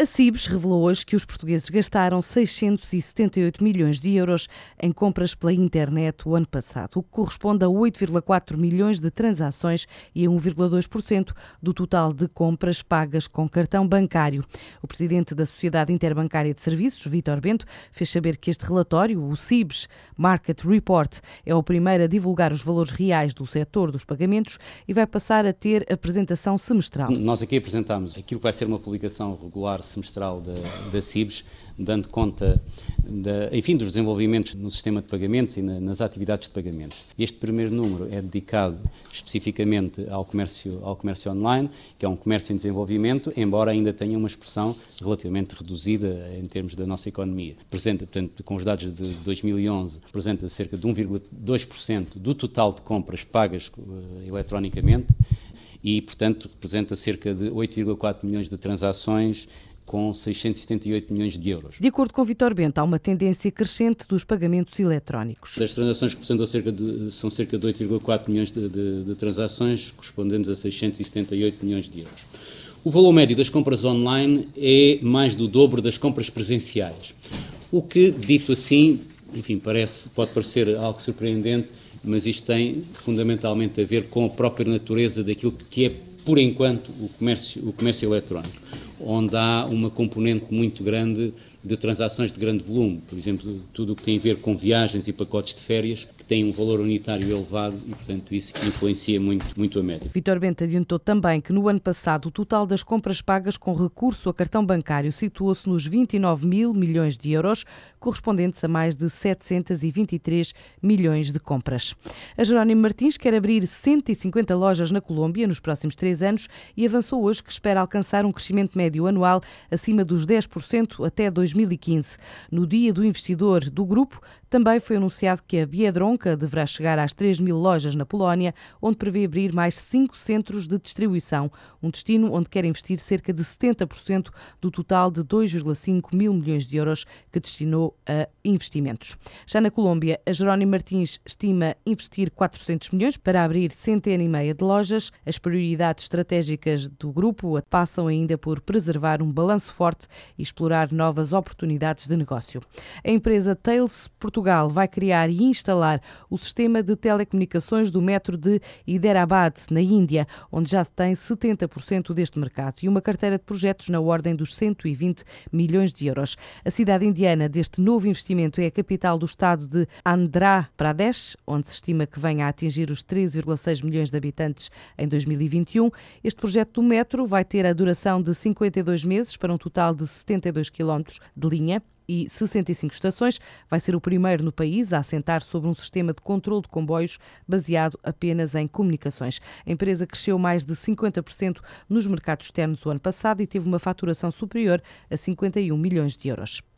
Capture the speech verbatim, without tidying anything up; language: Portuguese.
A Cibes revelou hoje que os portugueses gastaram seiscentos e setenta e oito milhões de euros em compras pela internet o ano passado, o que corresponde a oito vírgula quatro milhões de transações e a um vírgula dois por cento do total de compras pagas com cartão bancário. O presidente da Sociedade Interbancária de Serviços, Vítor Bento, fez saber que este relatório, o Cibes Market Report, é o primeiro a divulgar os valores reais do setor dos pagamentos e vai passar a ter apresentação semestral. Nós aqui apresentamos aquilo que vai ser uma publicação regular semestral da, da Cibes, dando conta da, enfim, dos desenvolvimentos no sistema de pagamentos e na, nas atividades de pagamentos. Este primeiro número é dedicado especificamente ao comércio, ao comércio online, que é um comércio em desenvolvimento, embora ainda tenha uma expressão relativamente reduzida em termos da nossa economia. Apresenta, portanto, com os dados de dois mil e onze, apresenta cerca de um vírgula dois por cento do total de compras pagas uh, eletronicamente e, portanto, representa cerca de oito vírgula quatro milhões de transações com seiscentos e setenta e oito milhões de euros. De acordo com Vítor Bento, há uma tendência crescente dos pagamentos eletrónicos. As transações representam cerca de, são cerca de oito vírgula quatro milhões de, de, de transações, correspondentes a seiscentos e setenta e oito milhões de euros. O valor médio das compras online é mais do dobro das compras presenciais, o que, dito assim, enfim, parece, pode parecer algo surpreendente, mas isto tem fundamentalmente a ver com a própria natureza daquilo que é, por enquanto, o comércio, o comércio eletrónico, onde há uma componente muito grande de transações de grande volume, por exemplo, tudo o que tem a ver com viagens e pacotes de férias, que têm um valor unitário elevado e, portanto, isso influencia muito, muito a média. Vítor Bento adiantou também que no ano passado o total das compras pagas com recurso a cartão bancário situou-se nos vinte e nove mil milhões de euros, correspondentes a mais de setecentos e vinte e três milhões de compras. A Jerónimo Martins quer abrir cento e cinquenta lojas na Colômbia nos próximos três anos e avançou hoje que espera alcançar um crescimento médio anual acima dos dez por cento até dois mil e quinze. No dia do investidor do grupo, também foi anunciado que a Biedronka deverá chegar às três mil lojas na Polónia, onde prevê abrir mais cinco centros de distribuição, um destino onde quer investir cerca de setenta por cento do total de dois vírgula cinco mil milhões de euros que destinou a investimentos. Já na Colômbia, a Jerónimo Martins estima investir quatrocentos milhões para abrir centena e meia de lojas. As prioridades estratégicas do grupo passam ainda por preservar um balanço forte e explorar novas oportunidades de negócio. A empresa Thales Portugal vai criar e instalar o sistema de telecomunicações do metro de Hyderabad, na Índia, onde já tem setenta por cento deste mercado e uma carteira de projetos na ordem dos cento e vinte milhões de euros. A cidade indiana deste novo investimento é a capital do estado de Andhra Pradesh, onde se estima que venha a atingir os treze vírgula seis milhões de habitantes em dois mil e vinte e um. Este projeto do metro vai ter a duração de cinquenta e dois meses para um total de setenta e dois quilómetros de linha e sessenta e cinco estações. Vai ser o primeiro no país a assentar sobre um sistema de controle de comboios baseado apenas em comunicações. A empresa cresceu mais de cinquenta por cento nos mercados externos o ano passado e teve uma faturação superior a cinquenta e um milhões de euros.